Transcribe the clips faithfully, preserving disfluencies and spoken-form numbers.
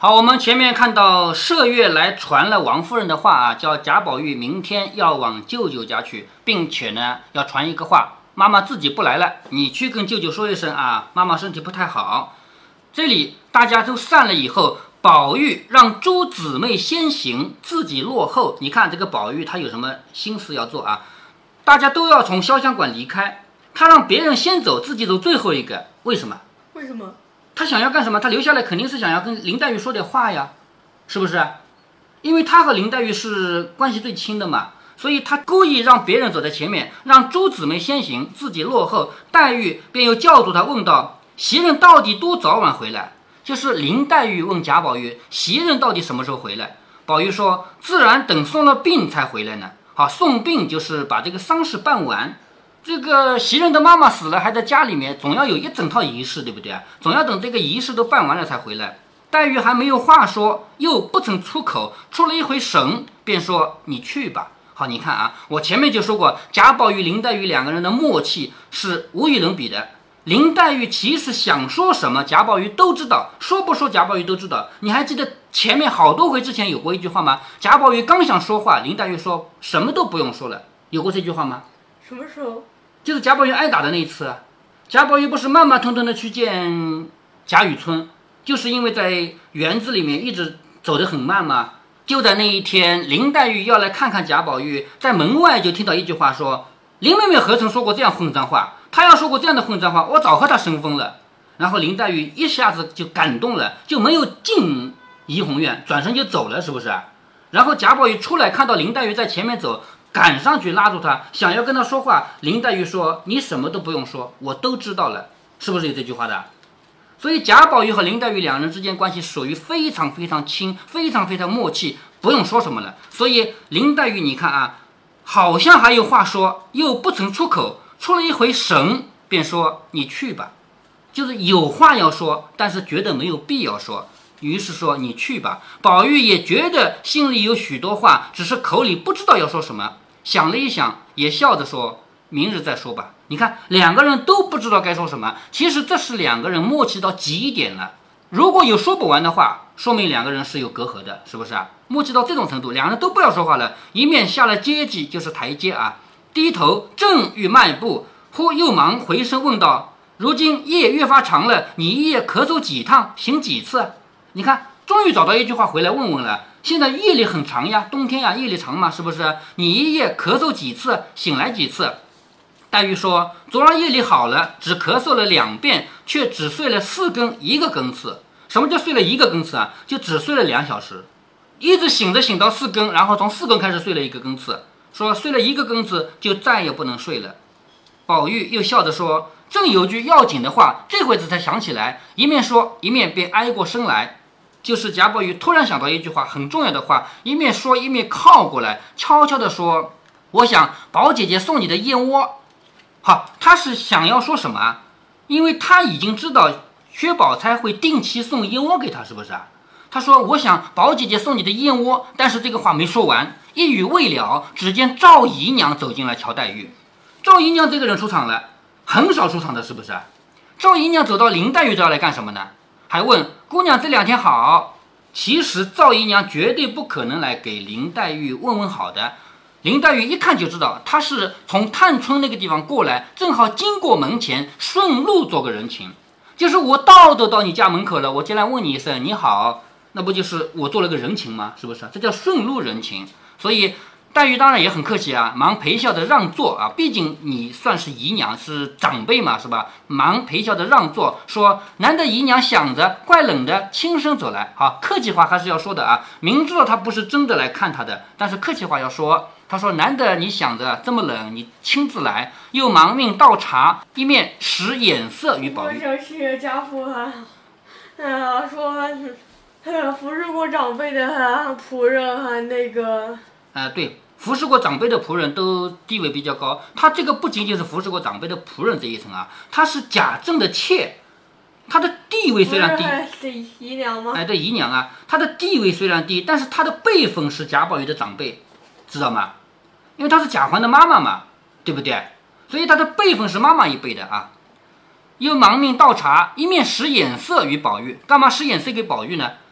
好，我们前面看到麝月来传了王夫人的话啊，叫贾宝玉明天要往舅舅家去，并且呢要传一个话，妈妈自己不来了，你去跟舅舅说一声啊，妈妈身体不太好。这里大家都散了以后，宝玉让诸姊妹先行，自己落后。你看这个宝玉他有什么心思要做啊？大家都要从潇湘馆离开，他让别人先走，自己走最后一个，为什么？ 为什么？ 他想要干什么？他留下来肯定是想要跟林黛玉说点话呀，是不是？因为他和林黛玉是关系最亲的嘛，所以他故意让别人走在前面，让诸姊妹先行，自己落后。黛玉便又叫住他，问道：袭人到底多早晚回来？就是林黛玉问贾宝玉，袭人到底什么时候回来？宝玉说：自然等送了病才回来呢。好，送病就是把这个丧事办完。这个袭人的妈妈死了，还在家里面，总要有一整套仪式，对不对？总要等这个仪式都办完了才回来。黛玉还没有话说，又不曾出口，出了一回神，便说：你去吧。好，你看啊，我前面就说过，贾宝玉、林黛玉两个人的默契是无与伦比的。林黛玉其实想说什么，贾宝玉都知道，说不说贾宝玉都知道。你还记得前面好多回之前有过一句话吗？贾宝玉刚想说话，林黛玉说什么都不用说了，有过这句话吗？ 什么时候？ 就是贾宝玉挨打的那一次。贾宝玉不是慢慢腾腾的去见贾雨村，就是因为在园子里面一直走得很慢嘛。就在那一天，林黛玉要来看看贾宝玉，在门外就听到一句话说：林妹妹何曾说过这样混账话？她要说过这样的混账话，我早和她生分了。然后林黛玉一下子就感动了，就没有进怡红院，转身就走了，是不是？然后贾宝玉出来看到林黛玉在前面走，赶上去拉住他，想要跟他说话。林黛玉说：你什么都不用说，我都知道了。是不是有这句话的？所以贾宝玉和林黛玉两人之间关系属于非常非常亲，非常非常默契，不用说什么了。所以林黛玉你看啊，好像还有话说，又不曾出口，出了一回神，便说：你去吧。就是有话要说，但是觉得没有必要说，于是说：你去吧。宝玉也觉得心里有许多话，只是口里不知道要说什么，想了一想，也笑着说：明日再说吧。你看两个人都不知道该说什么，其实这是两个人默契到极点了。如果有说不完的话，说明两个人是有隔阂的，是不是啊？默契到这种程度，两人都不要说话了，一面下了阶级，就是台阶啊，低头正欲迈步，忽又忙回身问道：如今夜越发长了，你一夜咳嗽几趟，醒几次？你看终于找到一句话回来问问了，现在夜里很长呀，冬天呀，夜里长嘛，是不是？你一夜咳嗽几次，醒来几次？黛玉说：昨儿夜里好了，只咳嗽了两遍，却只睡了四更一个更次。什么叫睡了一个更次啊？就只睡了两小时，一直醒着醒到四更，然后从四更开始睡了一个更次，说睡了一个更次就再也不能睡了。宝玉又笑着说：正有句要紧的话，这会子才想起来，一面说一面便挨过身来。就是贾宝玉突然想到一句话很重要的话，一面说一面靠过来，悄悄地说：我想宝姐姐送你的燕窝。好，他是想要说什么啊？因为他已经知道薛宝钗会定期送燕窝给他，是不是啊？他说：我想宝姐姐送你的燕窝，但是这个话没说完，一语未了，只见赵姨娘走进来瞧黛玉。赵姨娘这个人出场了，很少出场的，是不是？赵姨娘走到林黛玉这儿来干什么呢？还问姑娘这两天好。其实赵姨娘绝对不可能来给林黛玉问问好的。林黛玉一看就知道，她是从探春那个地方过来，正好经过门前，顺路做个人情。就是我到都到你家门口了，我进来问你一声你好，那不就是我做了个人情吗？是不是？这叫顺路人情。所以黛玉当然也很客气啊，忙陪笑的让座啊，毕竟你算是姨娘，是长辈嘛，是吧？忙陪笑的让座，说难得姨娘想着怪冷的，轻声走来。好，客气话还是要说的啊，明知道他不是真的来看他的，但是客气话要说。他说难得你想着这么冷，你亲自来，又忙命倒茶，一面使眼色于宝玉。 我想去家父啊，呃，说呃服侍过长辈的仆人还那个。 呃，对，服侍过长辈的仆人都地位比较高。他这个不仅仅是服侍过长辈的仆人这一层啊，他是贾政的妾，他的地位虽然低， 是姨娘吗？ 哎，对，姨娘啊，他的地位虽然低，但是他的辈分是贾宝玉的长辈，知道吗？因为他是贾环的妈妈嘛，对不对？所以他的辈分是妈妈一辈的啊。又忙命倒茶，一面使眼色于宝玉。干嘛使眼色给宝玉呢？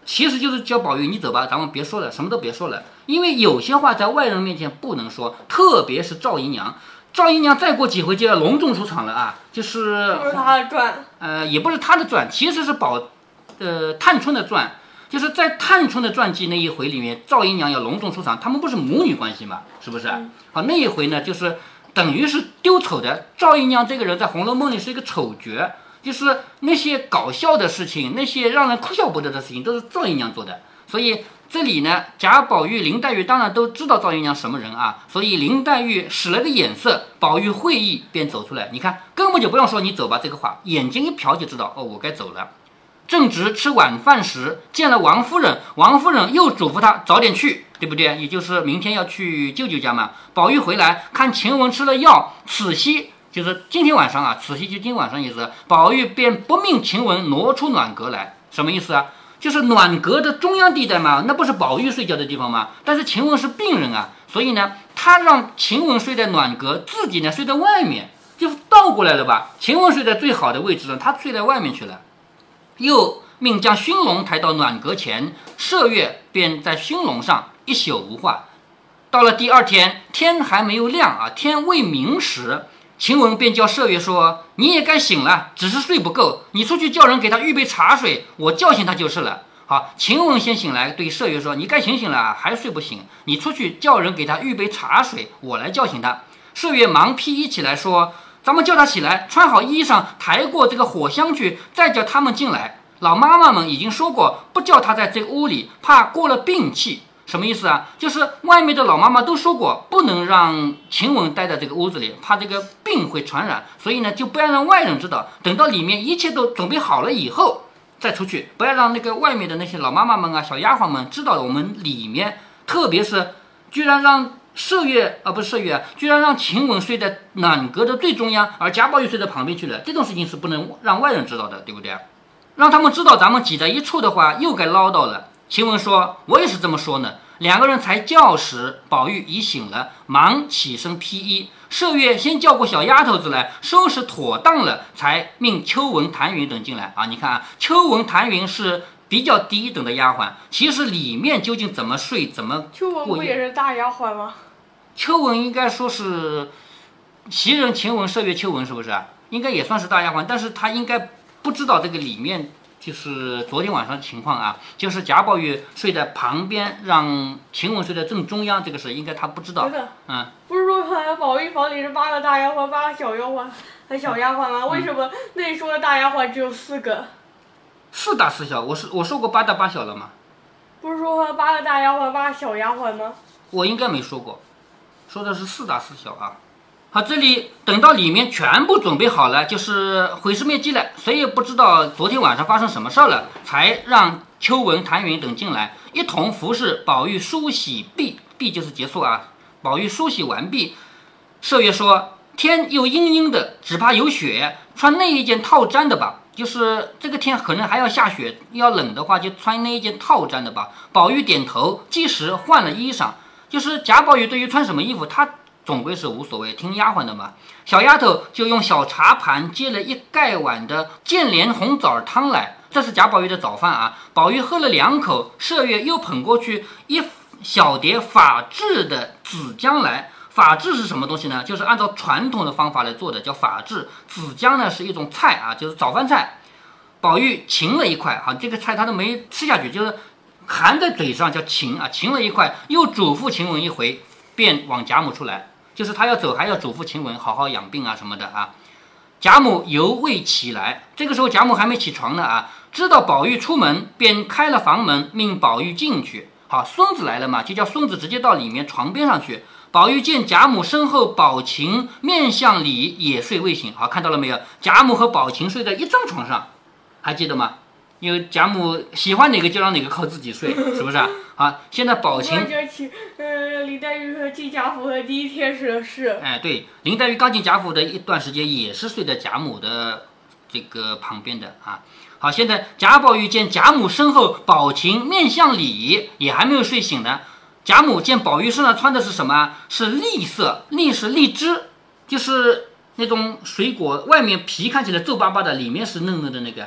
其实就是叫宝玉你走吧，咱们别说了，什么都别说了，因为有些话在外人面前不能说，特别是赵姨娘。赵姨娘再过几回就要隆重出场了啊，就是不是他的传， 呃，也不是她的传，其实是宝，呃，探春的传，就是在探春的传记那一回里面，赵姨娘要隆重出场，他们不是母女关系嘛，是不是？ 嗯、 好，那一回呢，就是等于是丢丑的。赵姨娘这个人在《红楼梦》里是一个丑角，就是那些搞笑的事情，那些让人哭笑不得的事情，都是赵姨娘做的，所以。这里呢，贾宝玉、林黛玉当然都知道赵姨娘什么人啊，所以林黛玉使了个眼色，宝玉会意便走出来。你看，根本就不用说你走吧这个话，眼睛一瞟就知道，哦，我该走了。正值吃晚饭时，见了王夫人，王夫人又嘱咐他早点去，对不对？也就是明天要去舅舅家嘛。宝玉回来看晴雯吃了药，此夕就是今天晚上啊，此夕就今晚上意思。宝玉便不命晴雯挪出暖阁来，什么意思啊？就是暖阁的中央地带嘛，那不是宝玉睡觉的地方吗？但是晴雯是病人啊，所以呢，他让晴雯睡在暖阁，自己呢睡在外面，就倒过来了吧？晴雯睡在最好的位置上，他睡在外面去了。又命将熏笼抬到暖阁前，麝月便在熏笼上一宿无话。到了第二天，天还没有亮啊，天未明时。晴雯便叫麝月说：“你也该醒了，只是睡不够，你出去叫人给他预备茶水，我叫醒他就是了。”好，晴雯先醒来，对麝月说：“你该醒醒了，还睡不醒？你出去叫人给他预备茶水，我来叫醒他。”麝月忙披衣起来说：“咱们叫他起来，穿好衣裳，抬过这个火箱去，再叫他们进来。老妈妈们已经说过，不叫他在这屋里，怕过了病气。”什么意思啊？就是外面的老妈妈都说过，不能让晴雯待在这个屋子里，怕这个病会传染，所以呢，就不要让外人知道。等到里面一切都准备好了以后，再出去，不要让那个外面的那些老妈妈们啊、小丫鬟们知道我们里面，特别是居然让麝月啊，不是麝月、啊，居然让晴雯睡在暖阁的最中央，而贾宝玉睡在旁边去了，这种事情是不能让外人知道的，对不对？让他们知道咱们挤在一处的话，又该唠叨了。晴雯说：“我也是这么说呢。”两个人才叫时，宝玉已醒了，忙起身披衣。麝月先叫过小丫头子来，收拾妥当了，才命秋纹、谭云等进来啊！你看啊，秋纹、谭云是比较低一等的丫鬟，其实里面究竟怎么睡、怎么秋纹不也是大丫鬟吗？ 秋纹应该说是袭人、晴雯、麝月、秋纹，是不是？应该也算是大丫鬟，但是她应该不知道这个里面。就是昨天晚上的情况啊，就是贾宝玉睡在旁边，让晴雯睡在正中央，这个事应该他不知道。嗯， 不是说宝玉房里是八个大丫鬟，八个小丫鬟，还小丫鬟吗？为什么那里说的大丫鬟只有四个？ 四大四小，我是我说过八大八小了吗？ 不是说八个大丫鬟，八个小丫鬟吗？ 我应该没说过，说的是四大四小啊。好，这里等到里面全部准备好了，就是毁尸灭迹了，谁也不知道昨天晚上发生什么事了，才让秋纹、谭云等进来，一同服侍宝玉梳洗毕，毕就是结束啊。宝玉梳洗完毕，麝月说：“天又阴阴的，只怕有雪，穿那一件套毡的吧。就是这个天可能还要下雪，要冷的话就穿那一件套毡的吧。”宝玉点头，即时换了衣裳。就是贾宝玉对于穿什么衣服，他总归是无所谓，听丫鬟的嘛。小丫头就用小茶盘接了一盖碗的建莲红枣汤来，这是贾宝玉的早饭啊。宝玉喝了两口，麝月又捧过去一小碟法制的紫姜来。法制是什么东西呢？就是按照传统的方法来做的，叫法制。紫姜呢是一种菜啊，就是早饭菜。宝玉噙了一块，啊，这个菜他都没吃下去，就是含在嘴上叫噙啊，噙了一块，又嘱咐晴雯一回，便往贾母出来。就是他要走，还要嘱咐晴雯好好养病啊什么的啊。贾母犹未起来，这个时候贾母还没起床呢啊，知道宝玉出门，便开了房门，命宝玉进去。好，孙子来了嘛，就叫孙子直接到里面床边上去。宝玉见贾母身后宝琴面向里也睡未醒，好，看到了没有？贾母和宝琴睡在一张床上，还记得吗？因为贾母喜欢哪个就让哪个靠自己睡，是不是啊？好，现在宝琴， 呃，林黛玉和进贾府的第一天是是， 哎，对，林黛玉刚进贾府的一段时间也是睡在贾母的这个旁边的啊。好，现在贾宝玉见贾母身后宝琴面向里，也还没有睡醒呢。贾母见宝玉身上穿的是什么？是栗色，栗是荔枝，就是那种水果，外面皮看起来皱巴巴的，里面是嫩嫩的那个。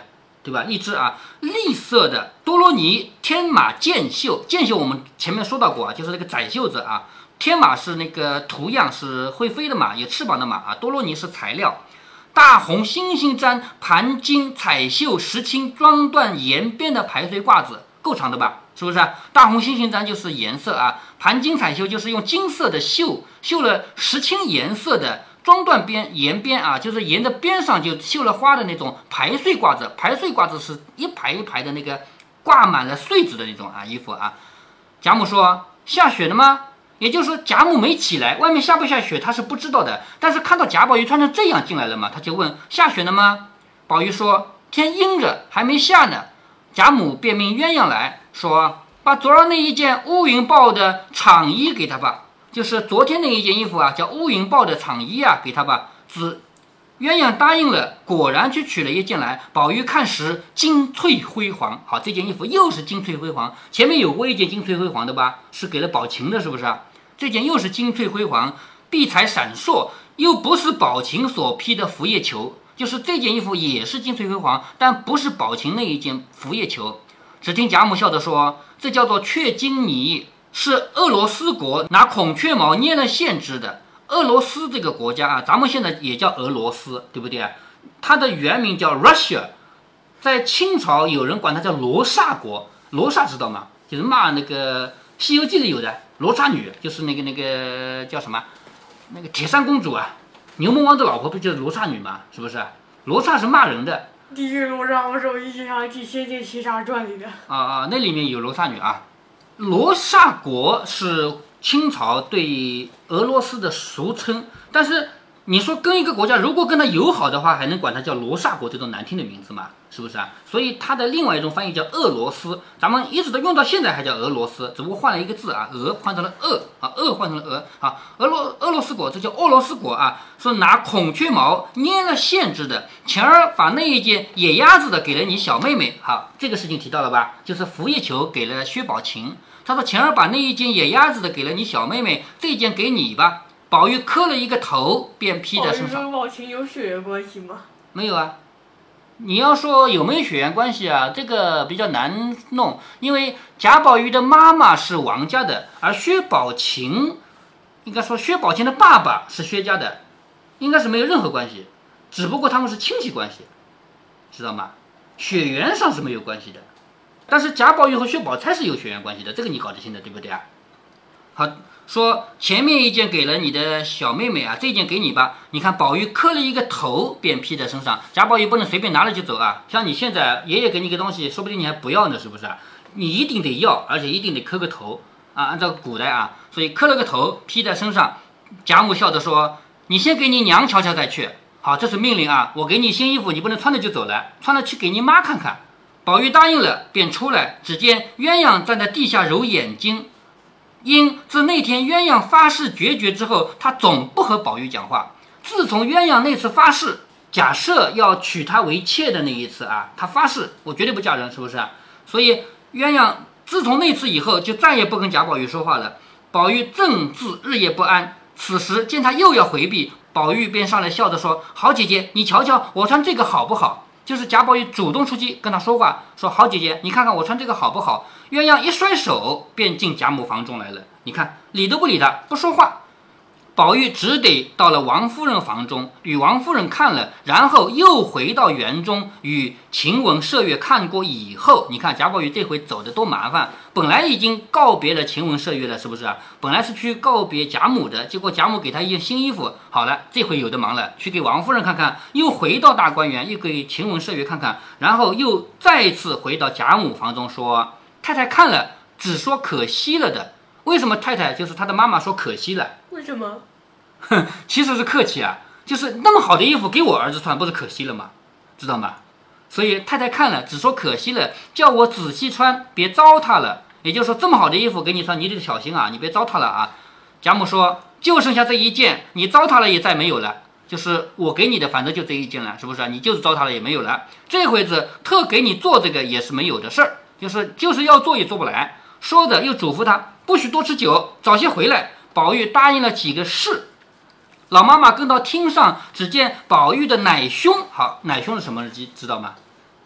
对吧？一只啊栗色的多罗尼天马箭袖，箭袖我们前面说到过啊，就是那个窄袖子啊。天马是那个图样是会飞的马，有翅膀的马啊。多罗尼是材料。大红猩猩毡盘金彩绣石青装缎沿边的排穗褂子，够长的吧？是不是？大红猩猩毡就是颜色啊，盘金彩绣就是用金色的绣绣了石青颜色的装缎边沿边啊，就是沿着边上就绣了花的那种排穗褂子。排穗褂子是一排一排的那个挂满了穗子的那种啊衣服啊。贾母说：“下雪了吗？”也就是说，贾母没起来，外面下不下雪他是不知道的。但是看到贾宝玉穿成这样进来了嘛，他就问：“下雪了吗？”宝玉说：“天阴着，还没下呢。”贾母便命鸳鸯来说：“把昨儿那一件乌云豹的氅衣给他吧，就是昨天那一件衣服啊，叫乌云豹的氅衣啊，给他吧。”子鸳鸯答应了，果然去取了一件来。宝玉看时，金翠辉煌。好，这件衣服又是金翠辉煌。前面有过一件金翠辉煌的吧？是给了宝琴的，是不是啊？这件又是金翠辉煌，碧彩闪烁，又不是宝琴所披的拂叶裘。就是这件衣服也是金翠辉煌，但不是宝琴那一件拂叶裘。只听贾母笑着说：“这叫做雀金泥，是俄罗斯国拿孔雀毛捏了线织的。”俄罗斯这个国家啊，咱们现在也叫俄罗斯，对不对？它的原名叫 Russia， 在清朝有人管它叫罗刹国。罗刹知道吗？就是骂那个《西游记》里有的罗刹女，就是那个那个叫什么，那个铁扇公主啊，牛魔王的老婆不就是罗刹女吗？是不是？罗刹是骂人的。 的确，罗刹我手一直想起《仙剑奇侠传》里的。 啊啊，那里面有罗刹女啊。罗刹国是清朝对俄罗斯的俗称，但是你说跟一个国家如果跟他友好的话，还能管它叫罗刹国这种难听的名字吗？是不是啊？所以它的另外一种翻译叫俄罗斯，咱们一直都用到现在还叫俄罗斯，只不过换了一个字啊，俄换成了俄啊，俄换成了俄啊，俄罗俄罗斯国，这叫俄罗斯国啊，说拿孔雀毛捏了线织的，前儿把那一件野鸭子的给了你小妹妹，好，这个事情提到了吧？就是拂叶裘给了薛宝琴。他说：“前儿把那一件野鸭子的给了你小妹妹，这件给你吧。”宝玉磕了一个头，便披在身上。 宝玉跟宝琴有血缘关系吗？ 没有啊。你要说有没有血缘关系啊？这个比较难弄，因为贾宝玉的妈妈是王家的，而薛宝琴，应该说薛宝琴的爸爸是薛家的，应该是没有任何关系，只不过他们是亲戚关系，知道吗？血缘上是没有关系的。但是贾宝玉和薛宝钗是有血缘关系的，这个你搞得清的，对不对啊？好，说前面一件给了你的小妹妹啊，这件给你吧。你看宝玉磕了一个头，便披在身上。贾宝玉不能随便拿了就走啊，像你现在爷爷给你个东西，说不定你还不要呢，是不是？你一定得要，而且一定得磕个头啊，按照古代啊，所以磕了个头，披在身上。贾母笑着说：“你先给你娘瞧瞧再去。”好，这是命令啊，我给你新衣服，你不能穿了就走了，穿了去给你妈看看。宝玉答应了，便出来，只见鸳鸯站在地下揉眼睛。因自那天鸳鸯发誓决绝之后，他总不和宝玉讲话。自从鸳鸯那次发誓，假设要娶她为妾的那一次啊，他发誓我绝对不嫁人，是不是？所以鸳鸯自从那次以后，就再也不跟贾宝玉说话了。宝玉正自日夜不安，此时见他又要回避，宝玉便上来笑着说：“好姐姐，你瞧瞧我穿这个好不好？”就是贾宝玉主动出击跟他说话，说：“好姐姐，你看看我穿这个好不好？”鸳鸯一甩手，便进贾母房中来了。你看，理都不理他，不说话。宝玉只得到了王夫人房中，与王夫人看了，然后又回到园中，与晴雯、麝月看过以后，你看贾宝玉这回走的多麻烦。本来已经告别了晴雯、麝月了，是不是啊？本来是去告别贾母的，结果贾母给他一件新衣服，好了，这回有的忙了，去给王夫人看看，又回到大观园，又给晴雯、麝月看看，然后又再次回到贾母房中说：“太太看了，只说可惜了的。”为什么太太就是他的妈妈说可惜了？ 为什么？ 哼，其实是客气啊，就是那么好的衣服给我儿子穿，不是可惜了吗？知道吗？所以太太看了，只说可惜了，叫我仔细穿，别糟蹋了。也就是说，这么好的衣服给你穿，你得小心啊，你别糟蹋了啊。贾母说：“就剩下这一件，你糟蹋了也再没有了。就是我给你的，反正就这一件了，是不是？你就是糟蹋了也没有了。这回子特给你做这个也是没有的事儿，就是就是要做也做不来。”说着又嘱咐他不许多吃酒，早些回来。宝玉答应了几个是。老妈妈跟到厅上，只见宝玉的奶兄，好，奶兄是什么？知知道吗？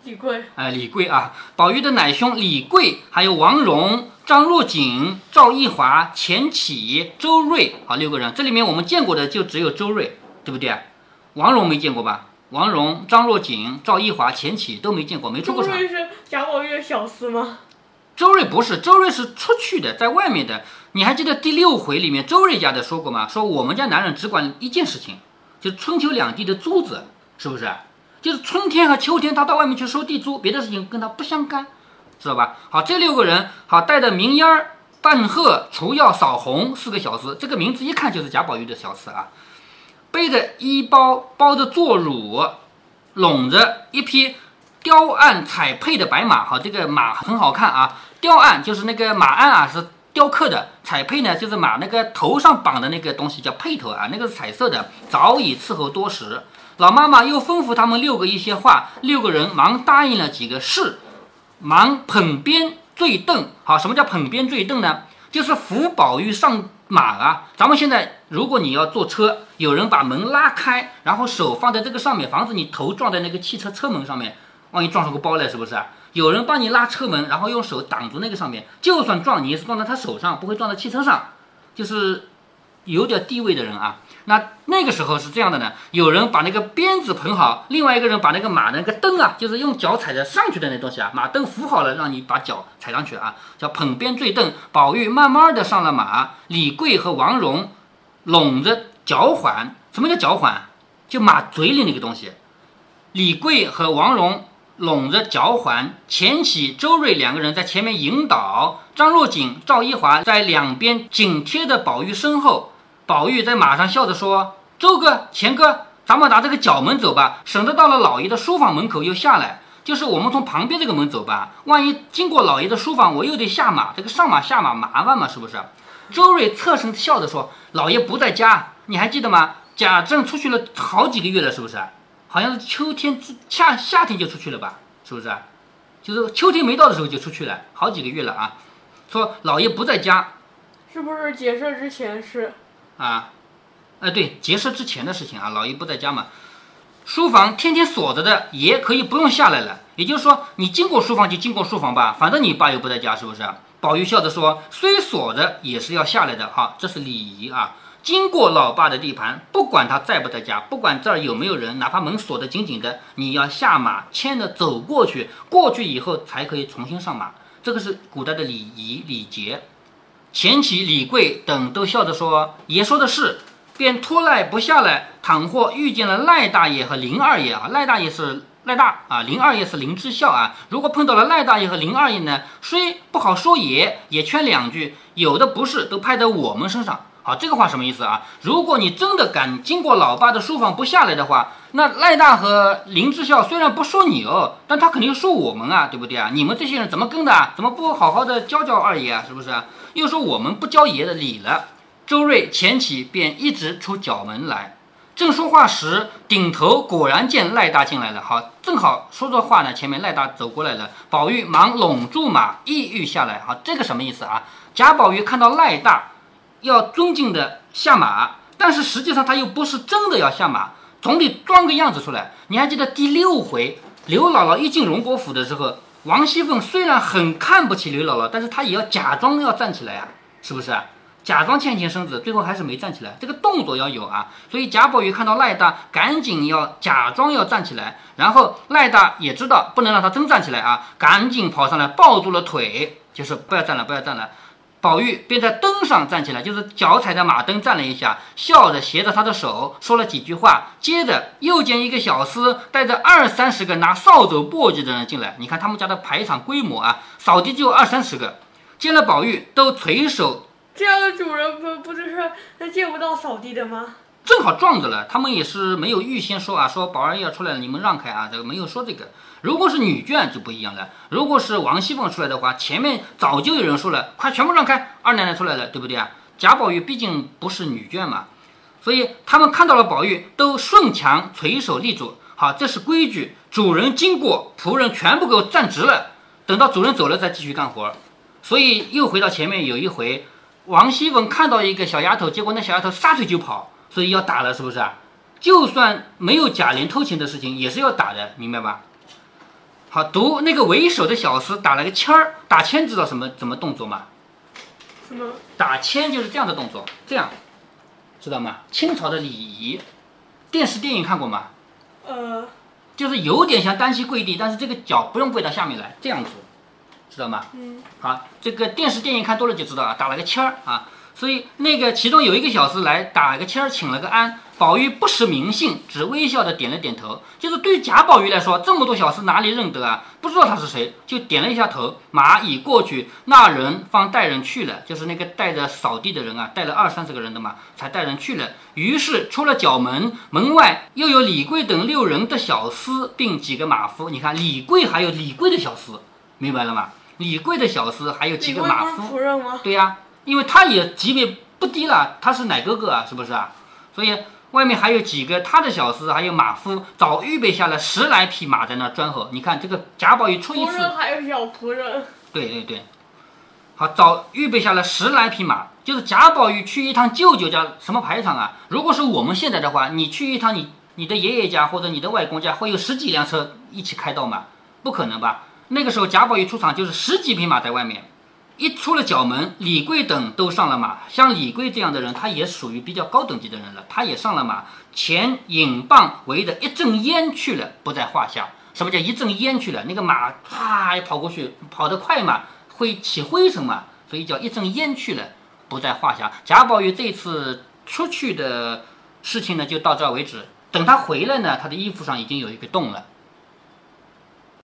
李贵， 哎、呃，李贵啊，宝玉的奶兄李贵，还有王荣、张若锦、赵一华、钱起、周瑞，好，六个人。这里面我们见过的就只有周瑞，对不对？王荣没见过吧？王荣、张若锦、赵一华、钱起都没见过，没出过场。 周瑞是贾宝玉的小厮吗？ 周瑞不是，周瑞是出去的，在外面的。你还记得第六回里面周瑞家的说过吗？说我们家男人只管一件事情，就是春秋两地的租子，是不是？就是春天和秋天他到外面去收地租，别的事情跟他不相干，知道吧？好，这六个人好带着明烟儿、半鹤、除药、扫红四个小厮，这个名字一看就是贾宝玉的小厮啊。背着衣包，包着坐褥，拢着一匹雕鞍彩佩的白马。好，这个马很好看啊。雕鞍就是那个马鞍啊，是雕刻的；彩佩呢，就是马那个头上绑的那个东西叫佩头啊，那个是彩色的。早已伺候多时。老妈妈又吩咐他们六个一些话，六个人忙答应了几个事，忙捧鞭坠镫。好，什么叫捧鞭坠镫呢？就是扶宝玉上马啊。咱们现在如果你要坐车，有人把门拉开，然后手放在这个上面，防止你头撞在那个汽车车门上面，万一撞出个包来，是不是？有人帮你拉车门，然后用手挡住那个上面，就算撞你也是撞在他手上，不会撞在汽车上，就是有点地位的人啊。那那个时候是这样的呢，有人把那个鞭子捧好，另外一个人把那个马的那个蹬啊，就是用脚踩着上去的那东西啊，马蹬扶好了，让你把脚踩上去啊，叫捧鞭坠镫。宝玉慢慢的上了马，李贵和王荣拢着脚环。什么叫脚环？就马嘴里那个东西。李贵和王荣拢着脚环，钱起、周瑞两个人在前面引导，张若锦、赵一华在两边紧贴着宝玉身后。宝玉在马上笑着说：“周哥、钱哥，咱们拿这个角门走吧，省得到了老爷的书房门口又下来。就是我们从旁边这个门走吧，万一经过老爷的书房，我又得下马，这个上马下马麻烦嘛，是不是？”周瑞侧身笑着说：“老爷不在家，你还记得吗？贾政出去了好几个月了，是不是？好像是秋天夏夏天就出去了吧，是不是？就是秋天没到的时候就出去了，好几个月了啊。说老爷不在家， 是不是解释之前是？” 啊，呃，对，结社之前的事情啊，老爷不在家嘛，书房天天锁着的，爷可以不用下来了。也就是说，你经过书房就经过书房吧，反正你爸又不在家，是不是？宝玉笑着说：“虽锁着，也是要下来的。”哈，这是礼仪啊。经过老爸的地盘，不管他在不在家，不管这儿有没有人，哪怕门锁得紧紧的，你要下马牵着走过去，过去以后才可以重新上马。这个是古代的礼仪礼节。钱起、李贵等都笑着说：“爷说的是。”便拖赖不下来。倘或遇见了赖大爷和林二爷啊，赖大爷是赖大啊，林二爷是林之孝啊。如果碰到了赖大爷和林二爷呢，虽不好说爷，也劝两句，有的不是都派在我们身上。好，这个话什么意思啊？如果你真的敢经过老爸的书房不下来的话，那赖大和林之孝虽然不说你哦，但他肯定说我们啊，对不对啊？你们这些人怎么跟的啊？怎么不好好的教教二爷啊？是不是啊？又说我们不教爷的理了。周瑞、钱起便一直出角门来，正说话时，顶头果然见赖大进来了。好，正好说着话呢，前面赖大走过来了。宝玉忙拢住马，意欲下来。好，这个什么意思啊？贾宝玉看到赖大要尊敬的下马，但是实际上他又不是真的要下马，总得装个样子出来。你还记得第六回刘姥姥一进荣国府的时候，王熙凤虽然很看不起刘姥姥，但是她也要假装要站起来啊，是不是？假装欠欠身子，最后还是没站起来，这个动作要有啊。所以贾宝玉看到赖大，赶紧要假装要站起来，然后赖大也知道不能让他真站起来啊，赶紧跑上来抱住了腿，就是不要站了，不要站了。宝玉便在蹬上站起来，就是脚踩着马蹬站了一下，笑着携着他的手说了几句话，接着又见一个小厮带着二三十个拿扫帚簸箕的人进来。你看他们家的排场规模啊，扫地就有二三十个，见了宝玉都垂手。 这样的主人不不就是他见不到扫地的吗？ 正好撞着了，他们也是没有预先说啊，说宝二爷要出来了，你们让开啊，这个没有说这个。如果是女眷就不一样了，如果是王熙凤出来的话，前面早就有人说了，快全部让开，二奶奶出来了，对不对啊？贾宝玉毕竟不是女眷嘛，所以他们看到了宝玉，都顺墙垂手立住。好，这是规矩，主人经过，仆人全部给我站直了，等到主人走了再继续干活。所以又回到前面有一回。王熙凤看到一个小丫头，结果那小丫头撒腿就跑，所以要打了，是不是啊？就算没有贾琏偷情的事情，也是要打的，明白吧？ 好，读那个为首的小厮打了个签儿，打签知道什么怎么动作吗？ 什么？ 打签就是这样的动作，这样，知道吗？清朝的礼仪，电视电影看过吗？ 呃， 就是有点像单膝跪地，但是这个脚不用跪到下面来，这样子，知道吗？ 嗯， 好，这个电视电影看多了就知道啊，打了个签儿啊，所以那个其中有一个小厮来打了个签儿，请了个安。宝玉不识名姓，只微笑的点了点头。就是对于贾宝玉来说，这么多小厮哪里认得啊？不知道他是谁，就点了一下头。马已过去，那人方带人去了，就是那个带着扫地的人啊，带了二三十个人的嘛，才带人去了。于是出了角门，门外又有李贵等六人的小厮，并几个马夫。你看李贵还有李贵的小厮，明白了吗？李贵的小厮还有几个马夫。 夫人吗？ 对呀、啊，因为他也级别不低了，他是奶哥哥啊，是不是啊？所以外面还有几个他的小厮，还有马夫，早预备下了十来匹马在那专候。你看这个贾宝玉出一次， 仆人还有小仆人。 对对对，好，早预备下了十来匹马，就是贾宝玉去一趟舅舅家，什么排场啊？如果是我们现在的话，你去一趟你你的爷爷家或者你的外公家，会有十几辆车一起开道吗？不可能吧？那个时候贾宝玉出场就是十几匹马在外面。一出了角门，李贵等都上了马。像李贵这样的人，他也属于比较高等级的人了，他也上了马。前引棒围得一阵烟去了，不在话下。什么叫一阵烟去了？那个马啪跑过去，跑得快嘛，会起灰尘嘛，所以叫一阵烟去了，不在话下。贾宝玉这次出去的事情呢，就到这儿为止。等他回来呢，他的衣服上已经有一个洞了。